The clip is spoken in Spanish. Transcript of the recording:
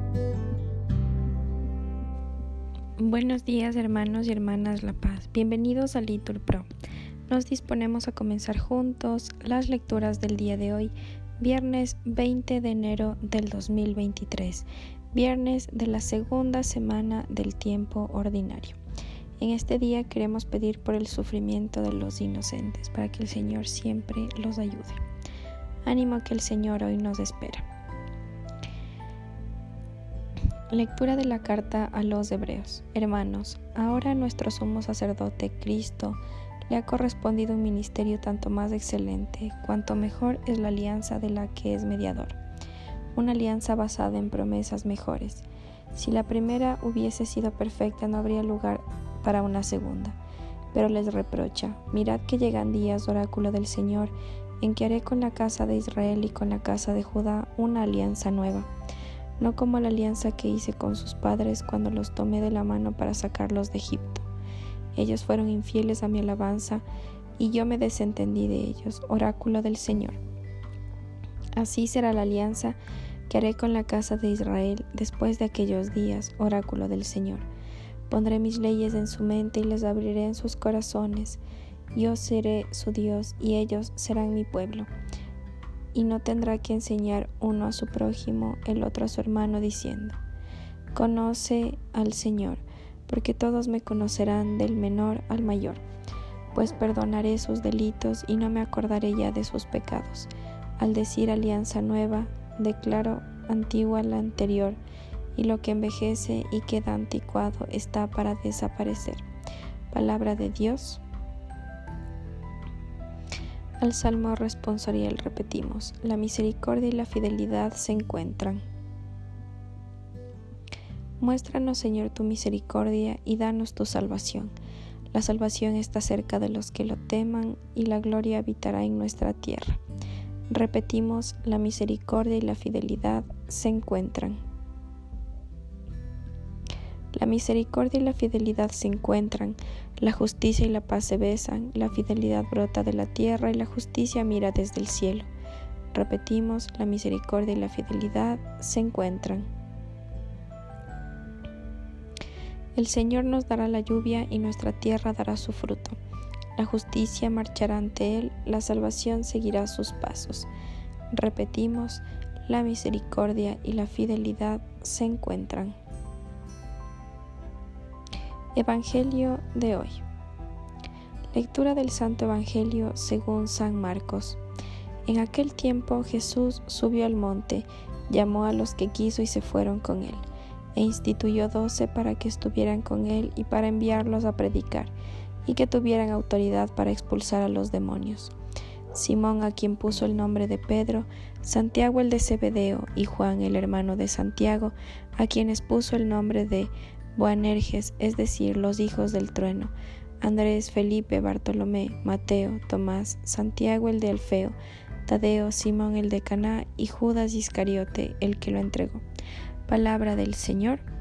Buenos días, hermanos y hermanas La Paz. Bienvenidos a Litur Pro. Nos disponemos a comenzar juntos las lecturas del día de hoy, viernes 20 de enero del 2023, viernes de la segunda semana del tiempo ordinario. En este día queremos pedir por el sufrimiento de los inocentes, para que el Señor siempre los ayude. Ánimo, que el Señor hoy nos espera. Lectura de la carta a los Hebreos. Hermanos, ahora a nuestro sumo sacerdote Cristo le ha correspondido un ministerio tanto más excelente, cuanto mejor es la alianza de la que es mediador, una alianza basada en promesas mejores. Si la primera hubiese sido perfecta, no habría lugar para una segunda. Pero les reprocha: mirad que llegan días, oráculo del Señor, en que haré con la casa de Israel y con la casa de Judá una alianza nueva, no como la alianza que hice con sus padres cuando los tomé de la mano para sacarlos de Egipto. Ellos fueron infieles a mi alabanza, y yo me desentendí de ellos, oráculo del Señor. Así será la alianza que haré con la casa de Israel después de aquellos días, oráculo del Señor. Pondré mis leyes en su mente y les abriré en sus corazones. Yo seré su Dios y ellos serán mi pueblo. Y no tendrá que enseñar uno a su prójimo, el otro a su hermano, diciendo: conoce al Señor, porque todos me conocerán, del menor al mayor, pues perdonaré sus delitos y no me acordaré ya de sus pecados. Al decir alianza nueva, declaro antigua la anterior, y lo que envejece y queda anticuado está para desaparecer. Palabra de Dios. Al Salmo responsorial repetimos: la misericordia y la fidelidad se encuentran. Muéstranos, Señor, tu misericordia y danos tu salvación. La salvación está cerca de los que lo teman, y la gloria habitará en nuestra tierra. Repetimos: la misericordia y la fidelidad se encuentran. La misericordia y la fidelidad se encuentran, la justicia y la paz se besan, la fidelidad brota de la tierra y la justicia mira desde el cielo. Repetimos: la misericordia y la fidelidad se encuentran. El Señor nos dará la lluvia y nuestra tierra dará su fruto. La justicia marchará ante Él, la salvación seguirá sus pasos. Repetimos: la misericordia y la fidelidad se encuentran. Evangelio de hoy. Lectura del Santo Evangelio según San Marcos. En aquel tiempo Jesús subió al monte, llamó a los que quiso y se fueron con él, e instituyó 12 para que estuvieran con él y para enviarlos a predicar, y que tuvieran autoridad para expulsar a los demonios: Simón, a quien puso el nombre de Pedro; Santiago el de Zebedeo, y Juan el hermano de Santiago, a quienes puso el nombre de Boanerges, es decir, los hijos del trueno; Andrés, Felipe, Bartolomé, Mateo, Tomás, Santiago el de Alfeo, Tadeo, Simón el de Caná, y Judas Iscariote, el que lo entregó. Palabra del Señor.